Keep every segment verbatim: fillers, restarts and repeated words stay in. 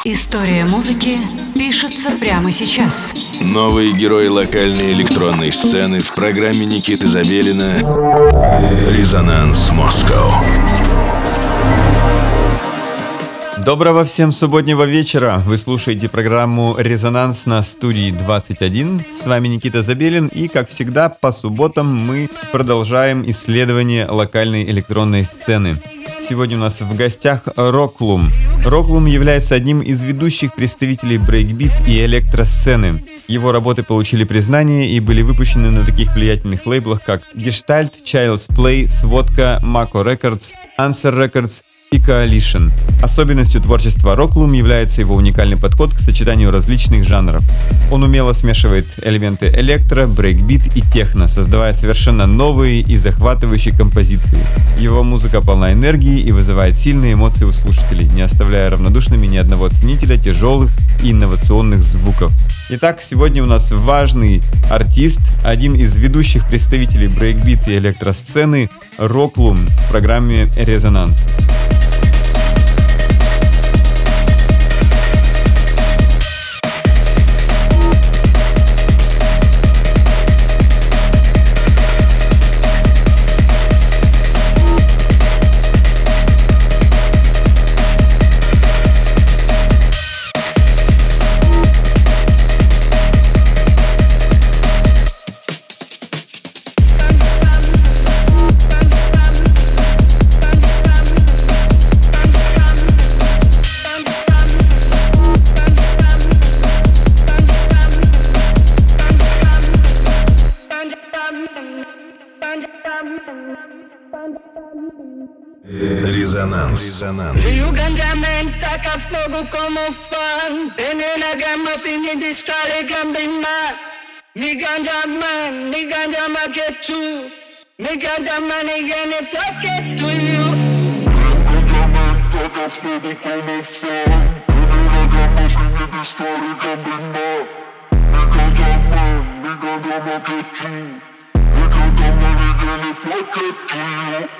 История музыки пишется прямо сейчас. Новые герои локальной электронной сцены в программе Никиты Забелина «Резонанс Москва». Доброго всем субботнего вечера. Вы слушаете программу «Резонанс» на студии двадцать один. С вами Никита Забелин. И, как всегда, по субботам мы продолжаем исследование локальной электронной сцены. Сегодня у нас в гостях Роклум. Роклум является одним из ведущих представителей брейкбит и электросцены. Его работы получили признание и были выпущены на таких влиятельных лейблах, как Gestalt, Child's Play, Сводка, Mako Records, Answer Records и Coalition. Особенностью творчества Роклум является его уникальный подход к сочетанию различных жанров. Он умело смешивает элементы электро, брейкбит и техно, создавая совершенно новые и захватывающие композиции. Его музыка полна энергии и вызывает сильные эмоции у слушателей, не оставляя равнодушными ни одного ценителя тяжелых и инновационных звуков. Итак, сегодня у нас важный артист, один из ведущих представителей брейкбит и электросцены, Роклум, в программе «Резонанс». Резонанс. Резонанс. Io cambiamento che fuoco come fan, bene la gamma fine di stare gambe in mano. Mi cambia man, mi cambia ma che tu, mi cambia ma ne viene fra che tu io. Cambiamento che fuoco come fan, bene la gamma fine di stare gambe in mano. Mi cambia man, mi cambia ma che tu, mi cambia ma ne viene fra che tu io.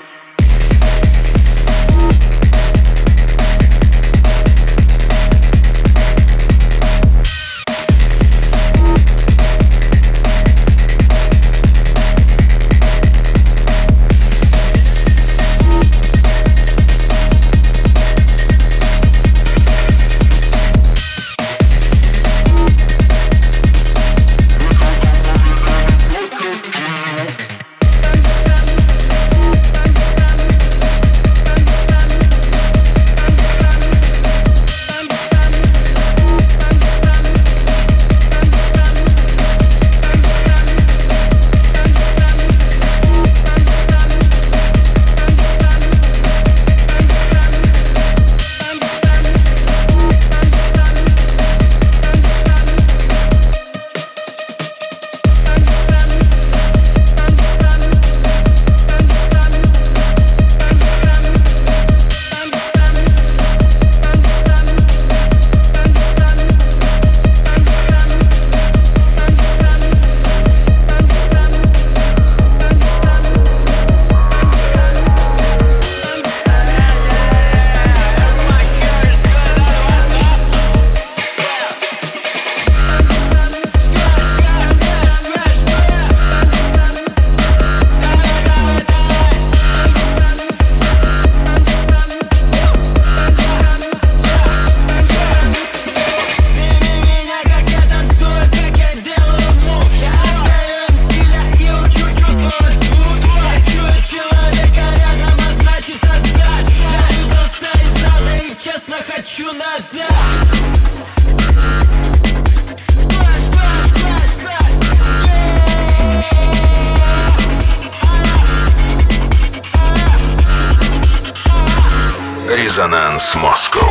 Резонанс Москва.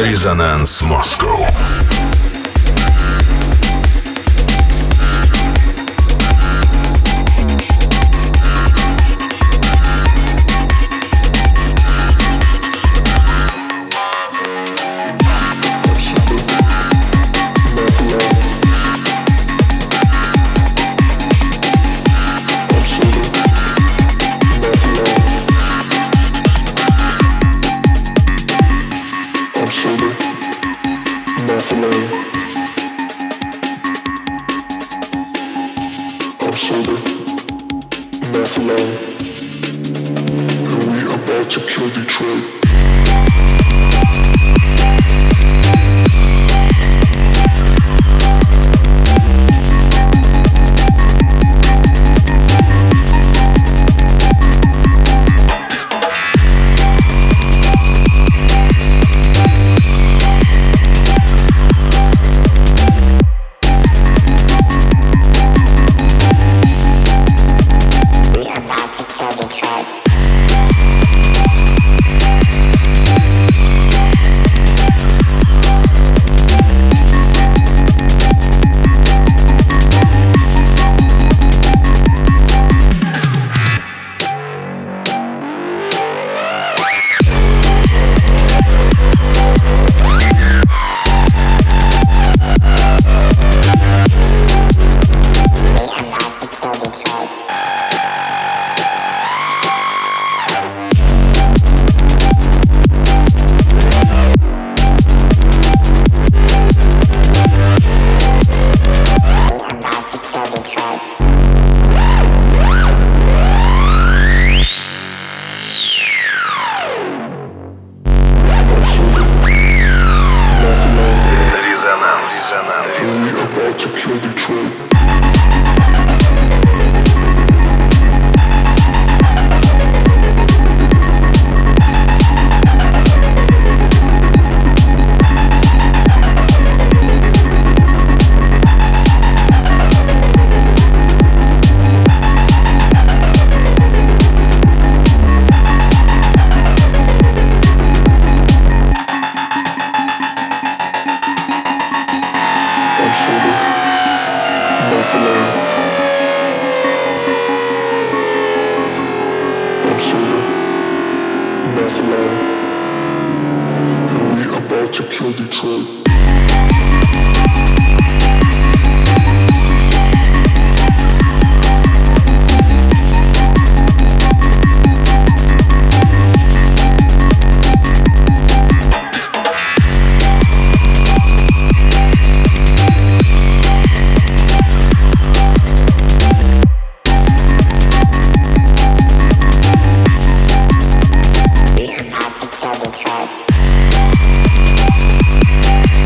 Резонанс Москва. Detroit.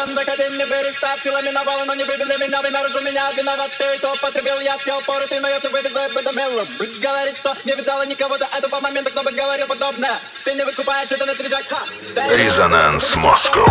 вон доходи, не перестав. Силами навала, но не вывели меня, вы наружу меня. Виноват ты, кто потребил яд, я упоротый, но я все вывезу, об этом мело. Бич говорит, что не видала никого до этого момента, кто бы говорил подобное. Ты не выкупаешь это на трезвяк, ха! Резонанс Москва.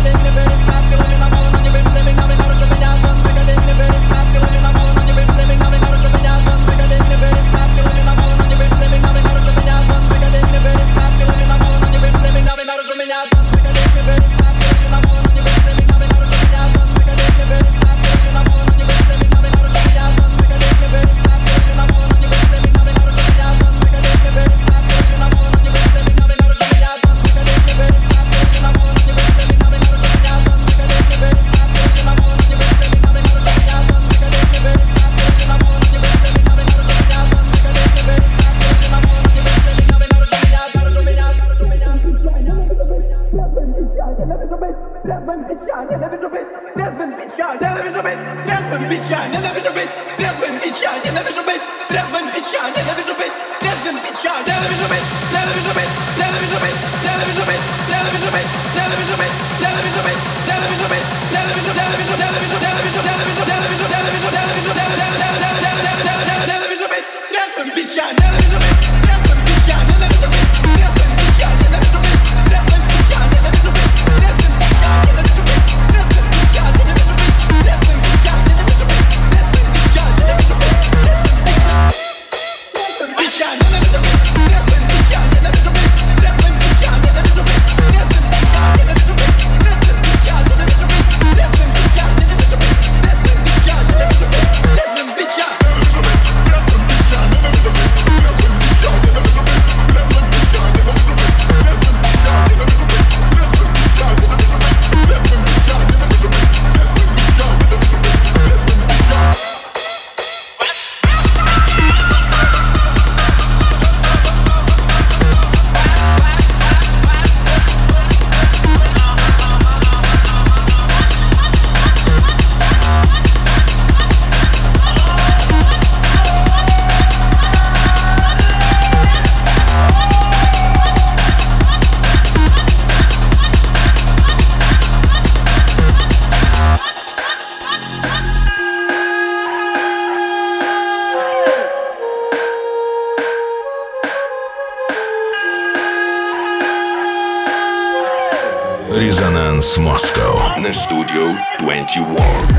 Резонанс Москва на студию двадцать один.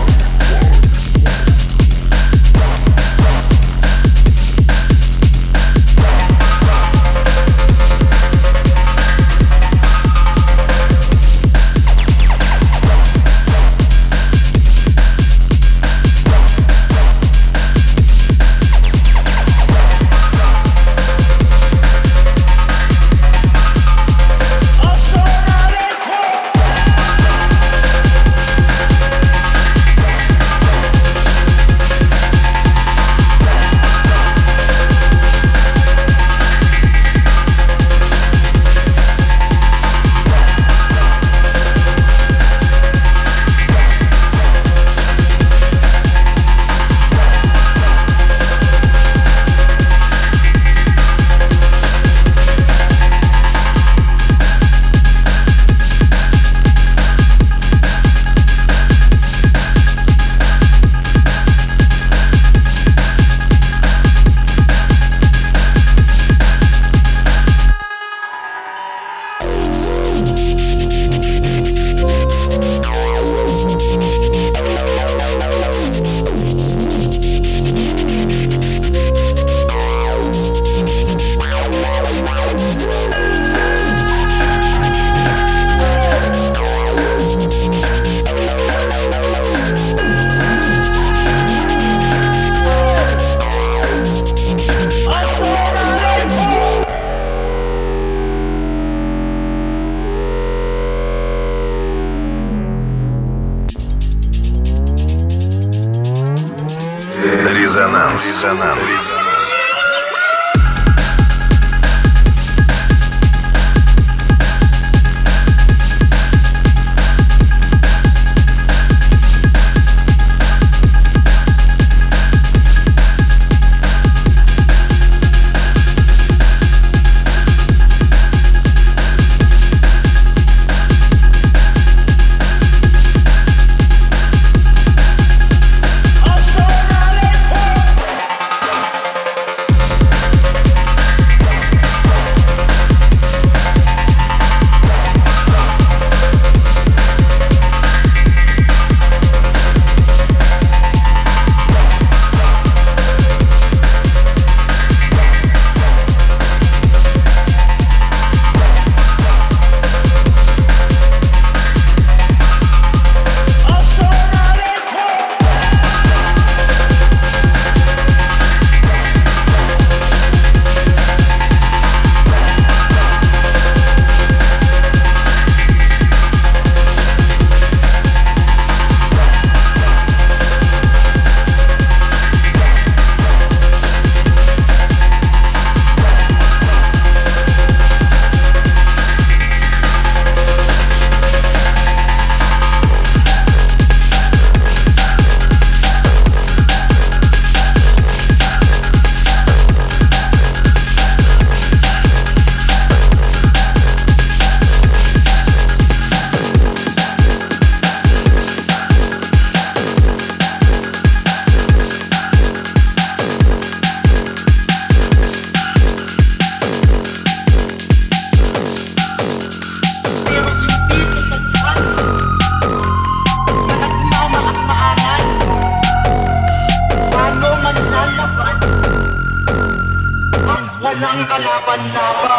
Резонанс. Резонанс. kalaban na ba?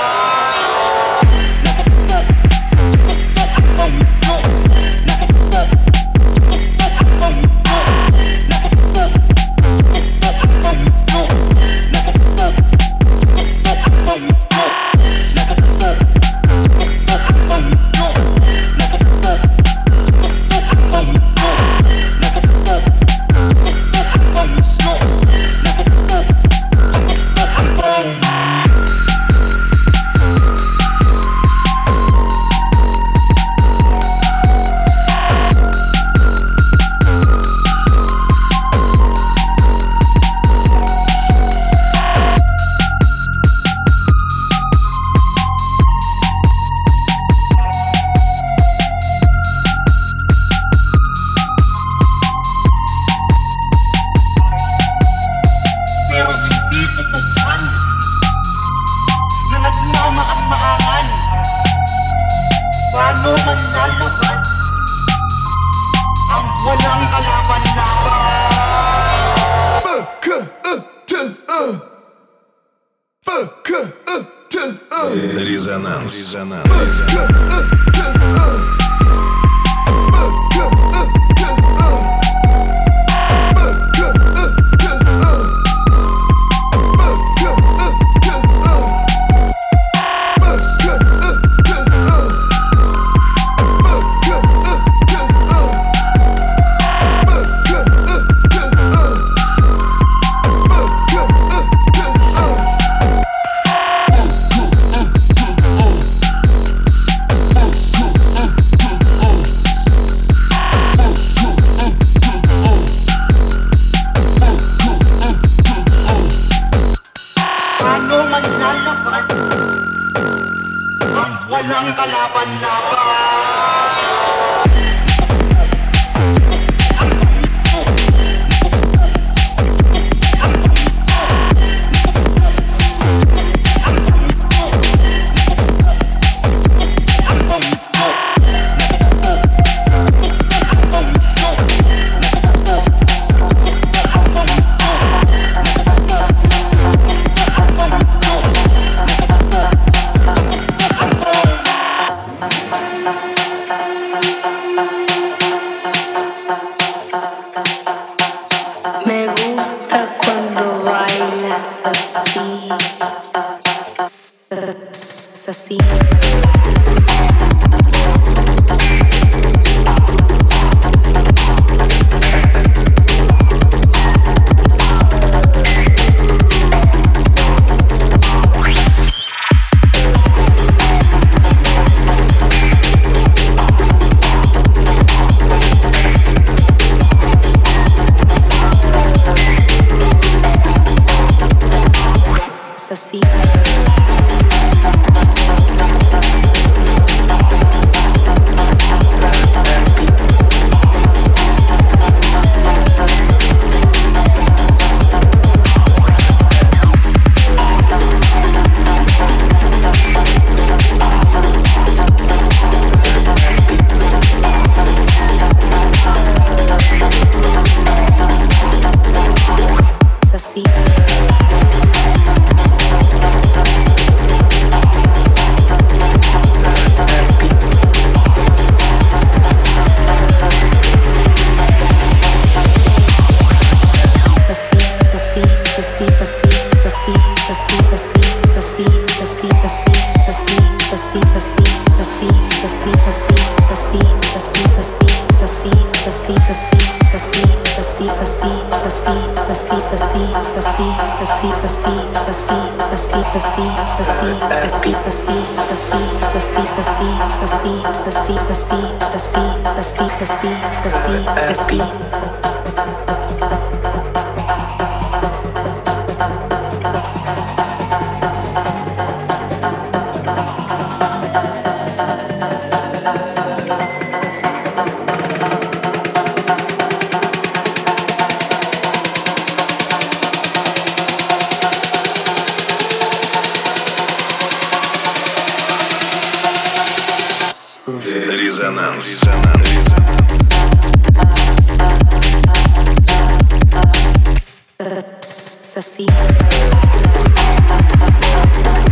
Paano man nalaban ang walang kalaban na ba? Резонанс. Резонанс. Walang kalaban na ba? Así. Así. Резонанс. Así.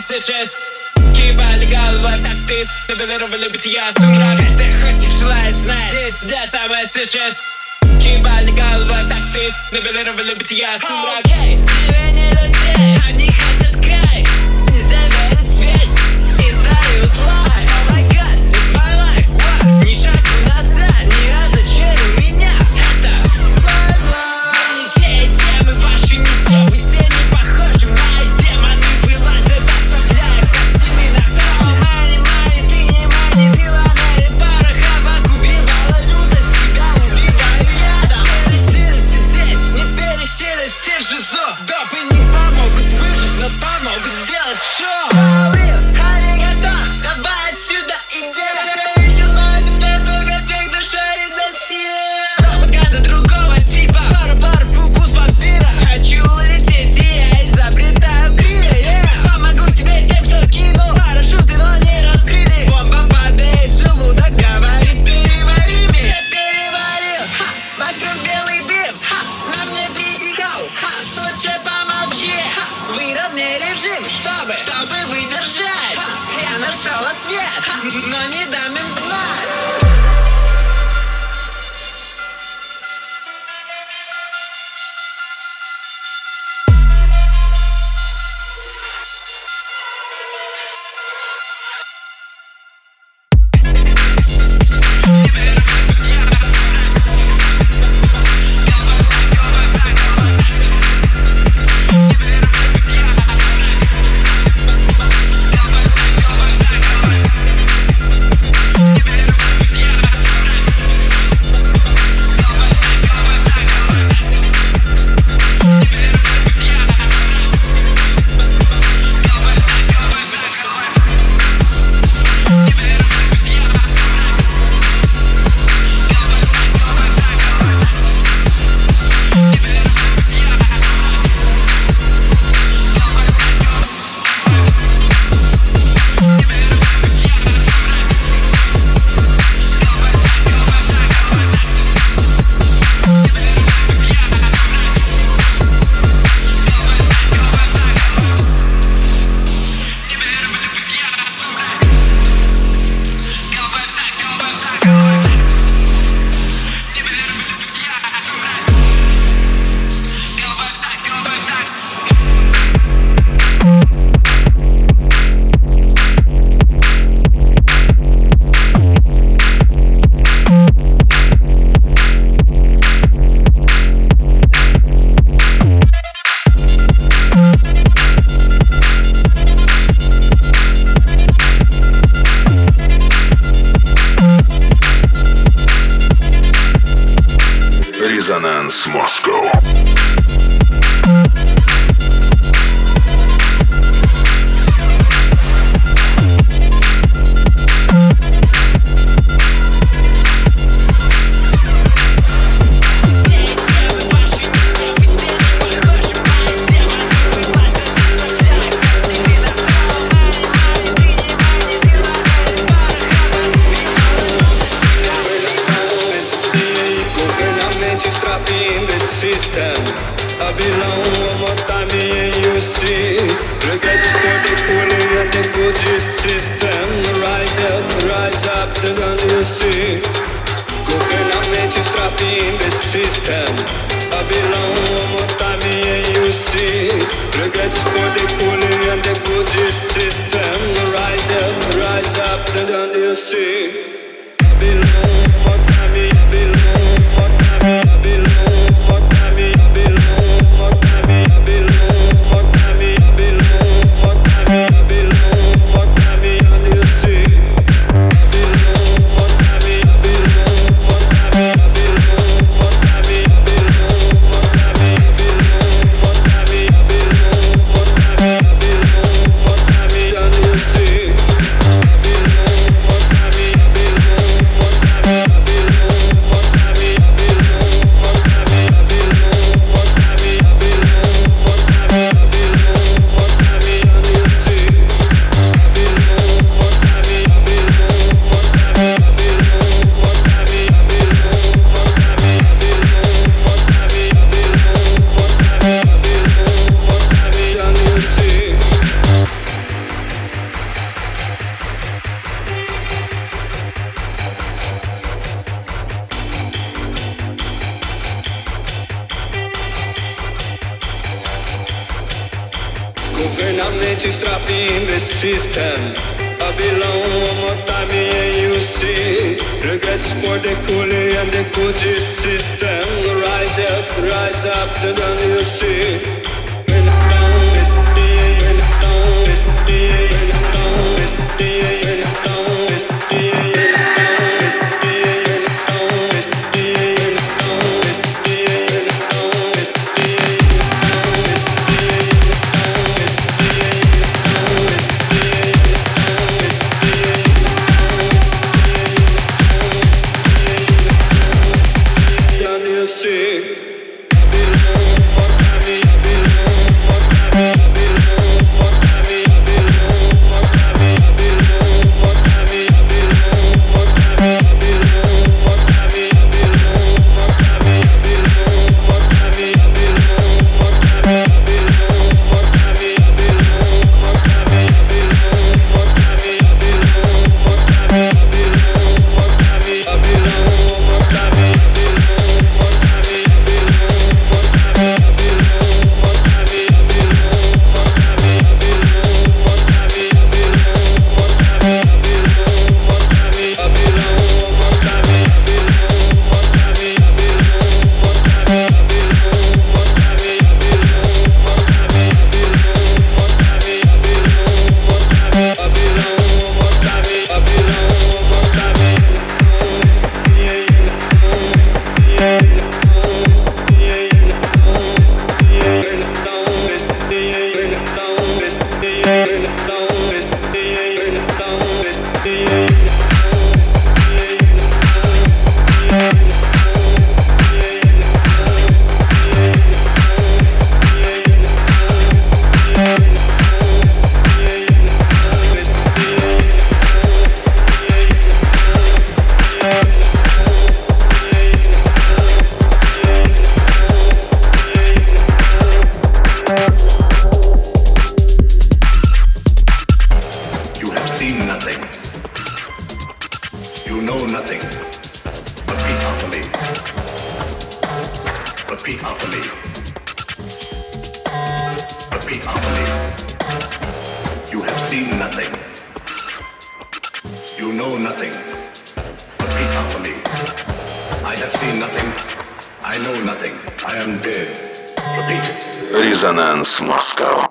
сейчас. Кивали головой в такты, нивелировали бытия сумрак. Каждый охотник желает знать, здесь сидят самое сейчас. Кивали головой в такты, нивелировали бытия сумрак. Эй, не людей, они хотят край. Не заверят свет и зовут лай. Oh my god, it's my life, wow. Ни шагу назад, ни разочаруй меня. Это злой блок. Вы не те, и те, мы ваши не те. Вы те не похожи, мои демоны вылазят, оставляя картины на стол. Мани, мани, ты не мани, ты ломали пороха. Убивала лютость, тебя убиваю ядом. Пересилить сидеть, не пересилить те же зов. Допы не помогут выжить, но помогут сделать шоу. Они готов, давай отсюда иди. Ищут на земле только тех, кто шарит за силой. Пропаганда другого типа, пара-пара, фокус вампира. Хочу улететь, и я изобретаю крылья, yeah. Помогу тебе тем, кто кинул парашюты, но не раскрыли. Бомба падает в желудок, говорит, перевари меня. Я переварил, ха, вокруг белый дым, ха, на мне притихал, ха, лучше помолчи, ха. Выровняй режим, чтобы, чтобы выдержать, ха. Я нашел ответ, ха, но не дам им знать. Резонанс Москва. I belong one more time, me and you see. Look at the pulling at the Gucci system. Rise up, rise up, look on you see. Governamente strapping the system. I belong one more time, me and you see. Look at the pulling at the Gucci system. Rise up, rise up, look on you see. I belong one more time, I belong one more time, I belong one more time, I belong. Yeah. permanente strapping the system. Babylon, one more time, and you see regrets for the coolie and the Gucci system. Rise up, rise up, and then you see. When it comes, it's the when it comes, it's the when it comes, it's the when it comes, it's the when it comes, it's the when it comes, it's the when it comes, it's the when it comes, it's the you see. Резонанс Москва.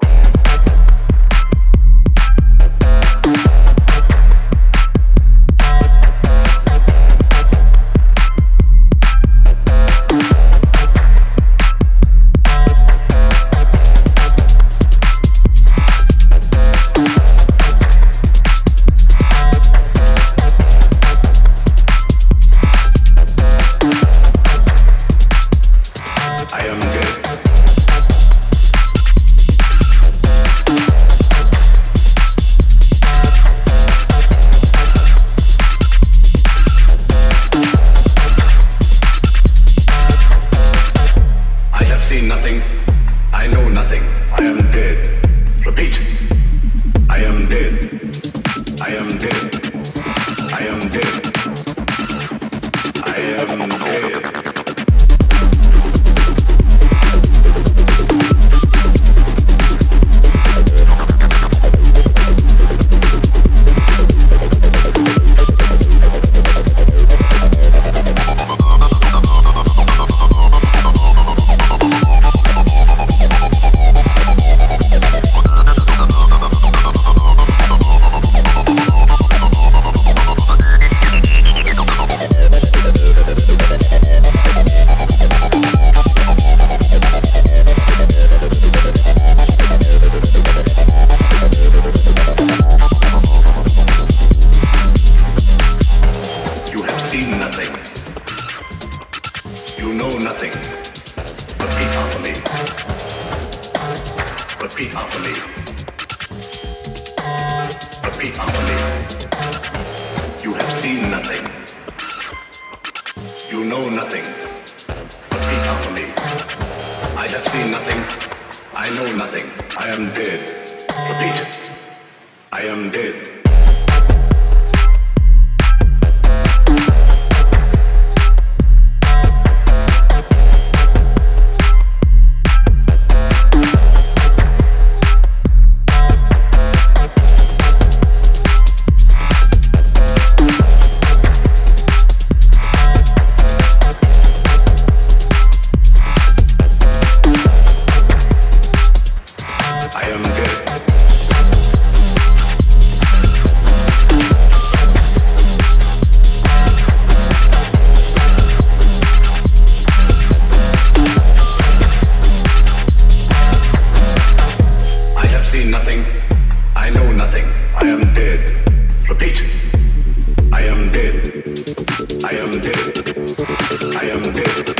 nothing. I am dead. Repeat. I am dead. I am dead. I am dead.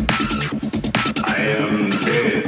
I am dead.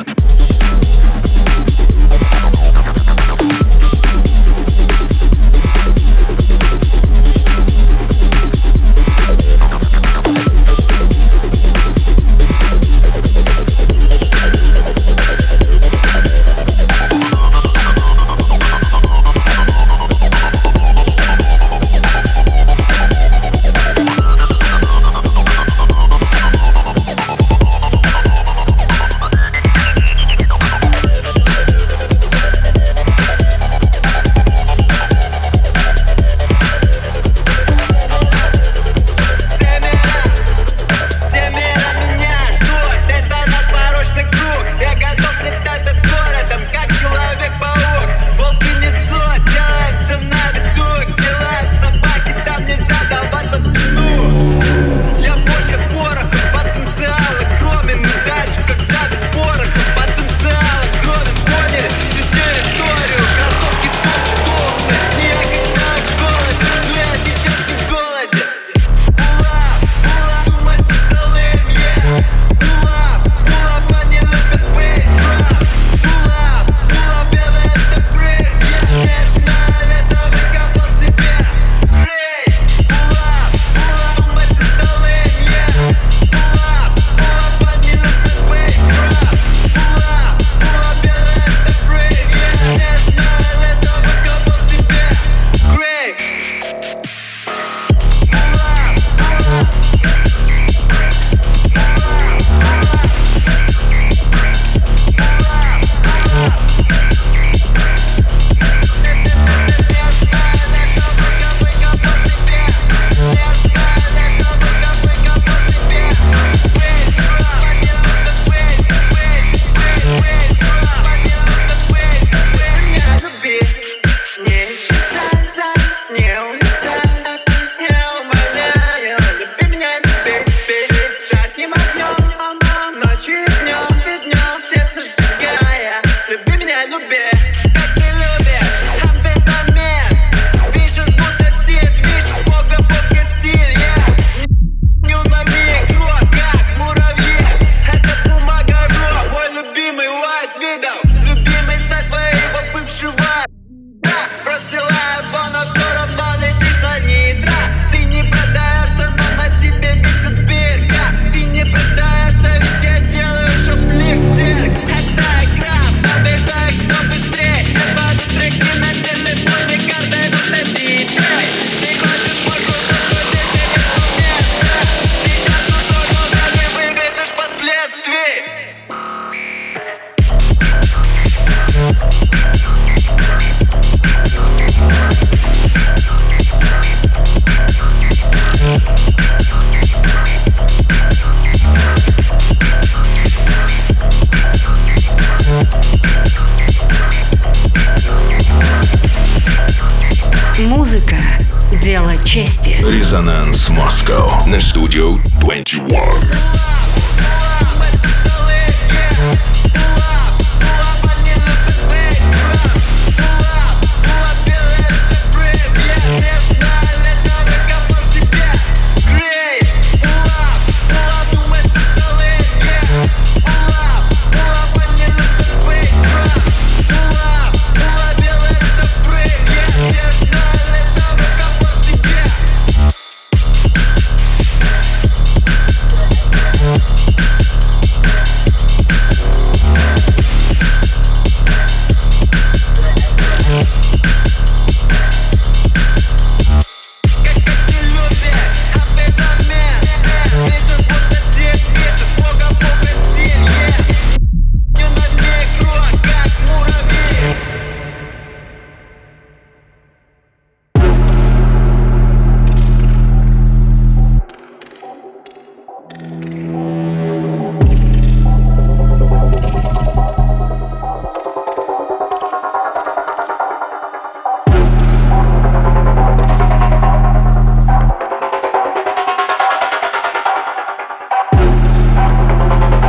Музыка – дело чести. Резонанс Москва на студию двадцать один.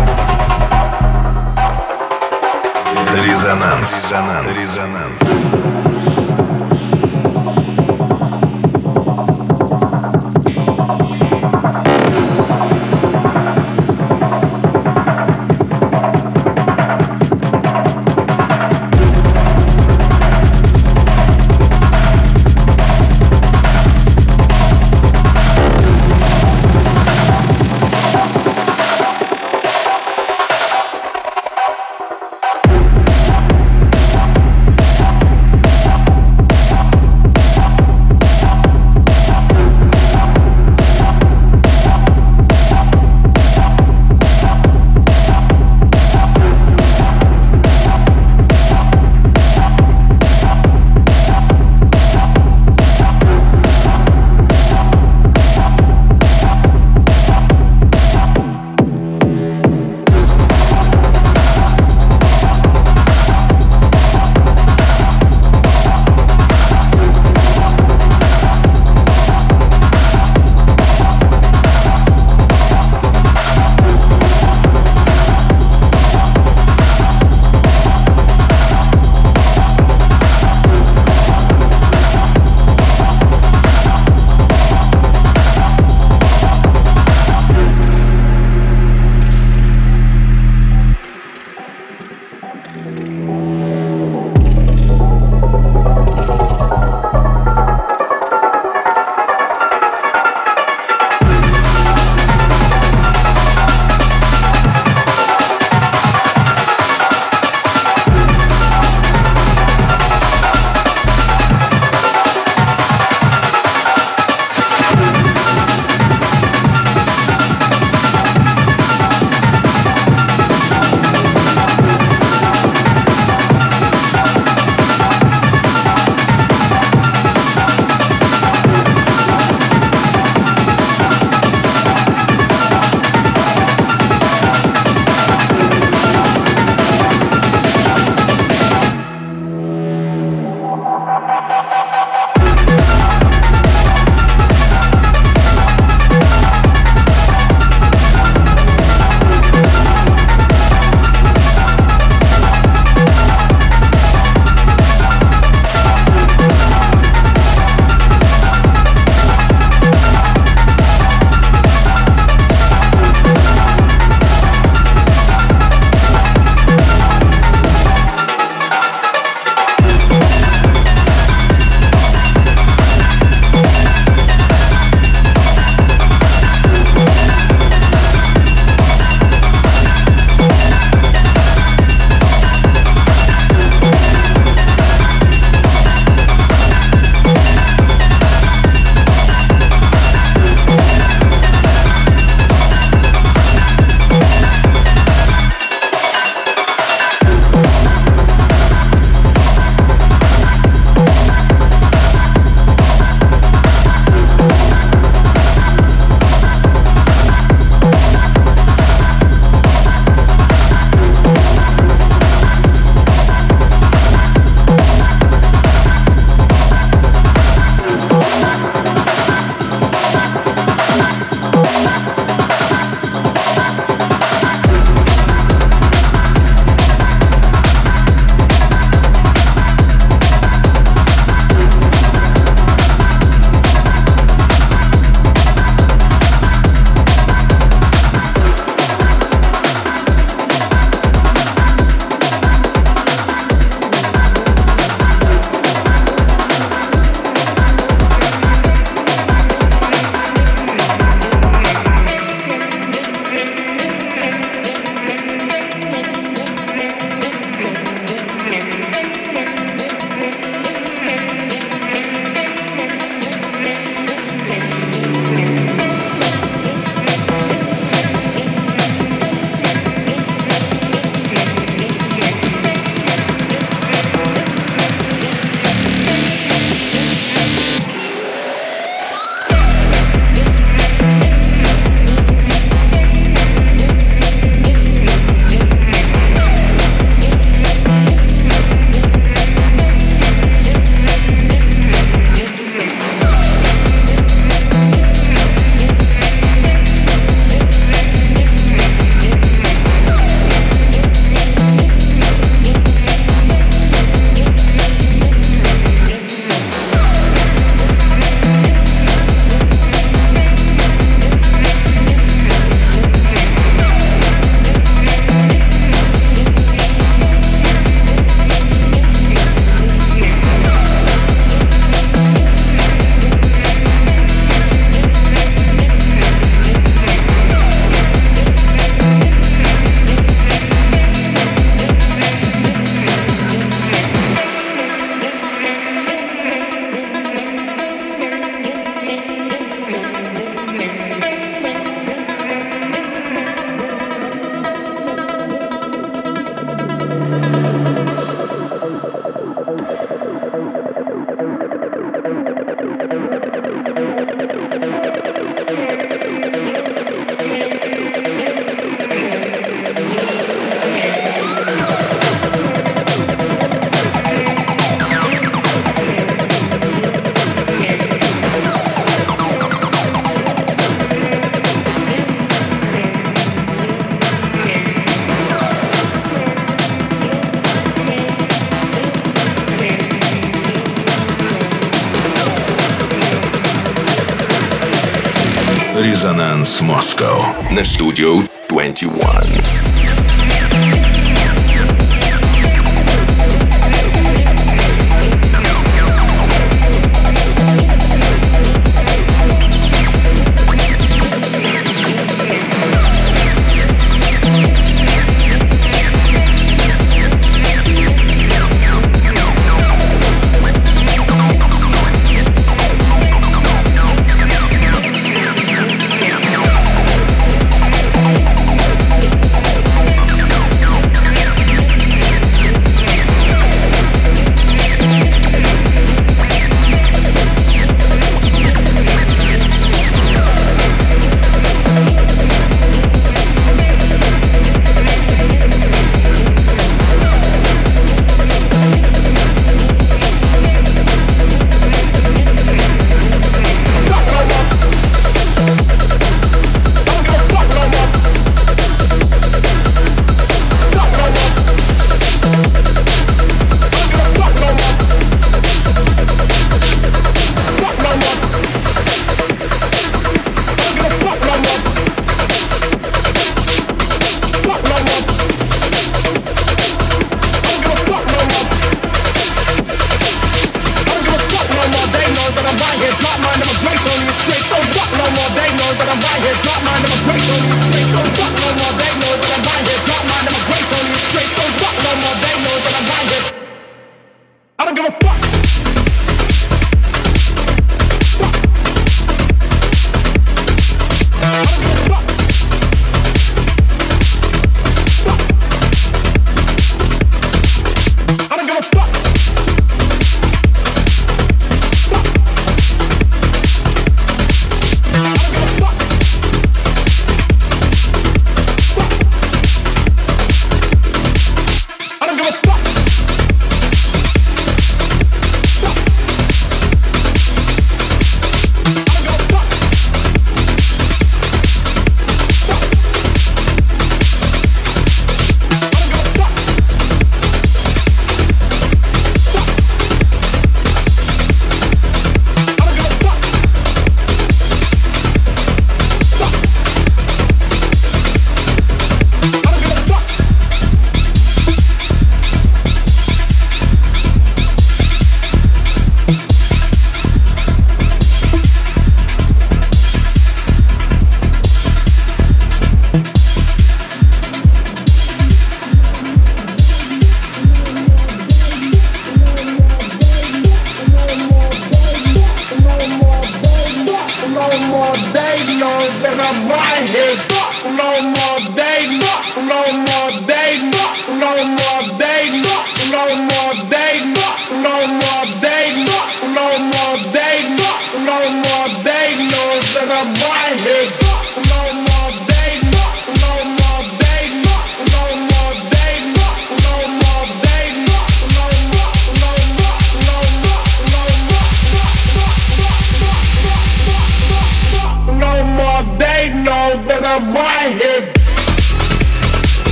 Резонанс. Резонанс. Резонанс. Резонанс Москва на Studio двадцать один.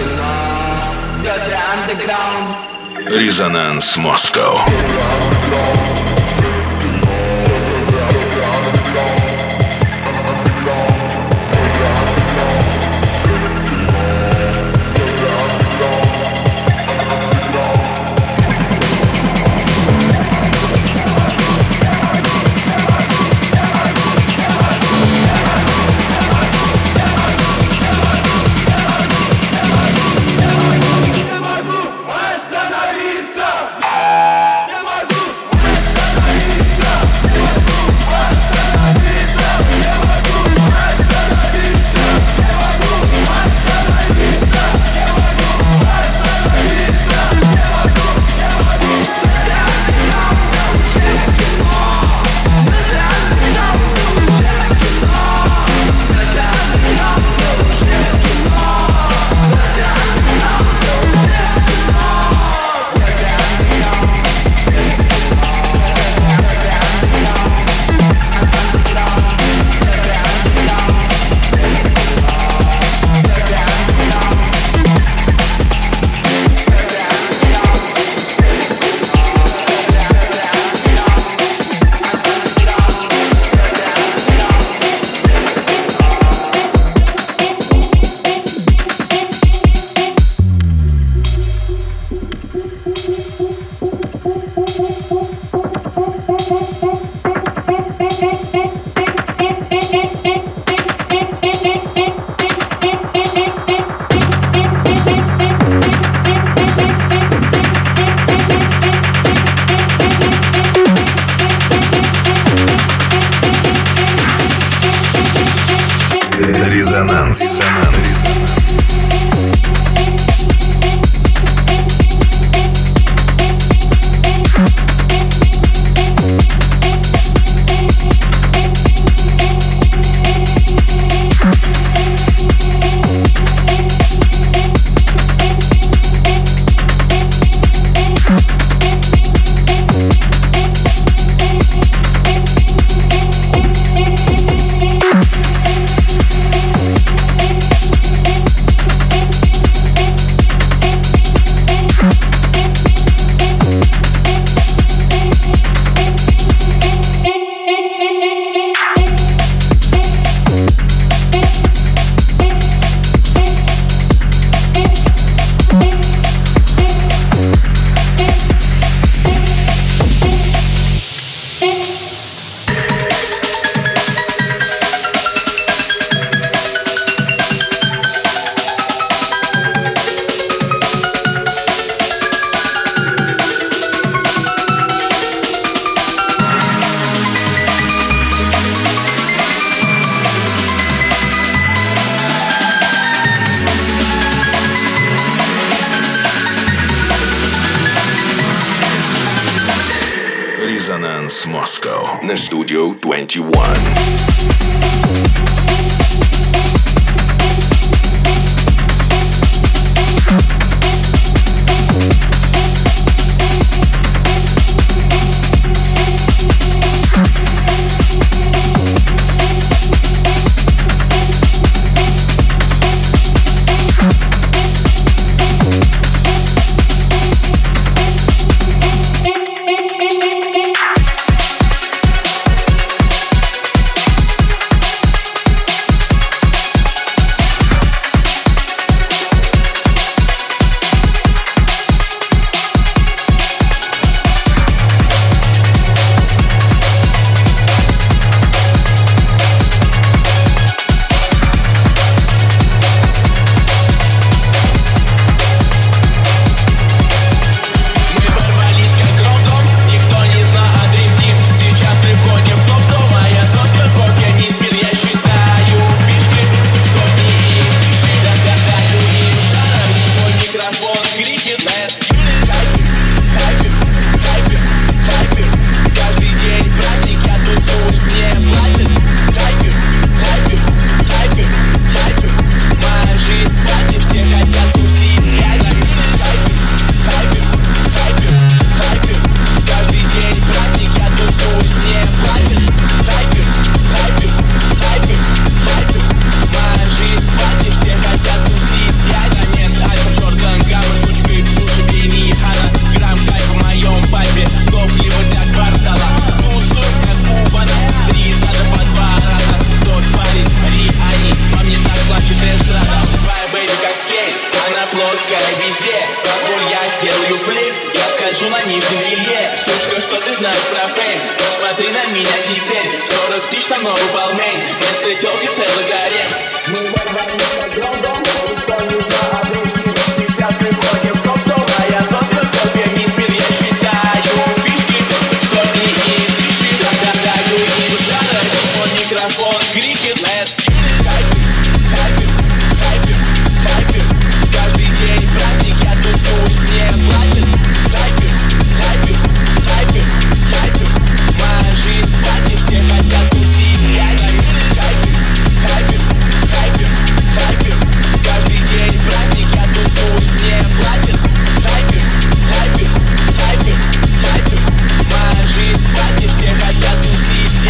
Резонанс Москва. Резонанс. Резонанс. Резонанс Москва на студию двадцать один. смотреть, она плоская везде. Позволь, я сделаю флип, я скажу на нижнем белье. Сучка, что ты знаешь про фейм? Посмотри на меня теперь. Сорок тысяч на новый балмейн, вместо тёлки целый гарем. Мы ворвались на грондом, никто не заобречен. Сейчас мы входим в топ-топ, а я создал себе мир, я считаю фишки, сотни и тысячи. Да-да-да, даю им жанр, микрофон, микрофон, крикет, let's get it. Хайпер, хайпер, хайпер, каждый день праздник, я тусуюсь, мне платят. Хайпер, хайпер, хайпер, хайпер, моя жизнь парни, все хотят тусить. Хайпер, хайпер, хайпер, хайпер, каждый день праздник, я тусуюсь, мне платят. Хайпер, хайпер, хайпер, хайпер, моя жизнь парни, все хотят тусить.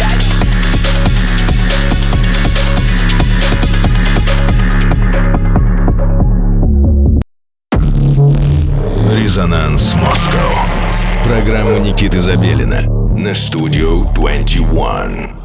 Резонанс Москва. Программа Никиты Забелина на Studio двадцать один.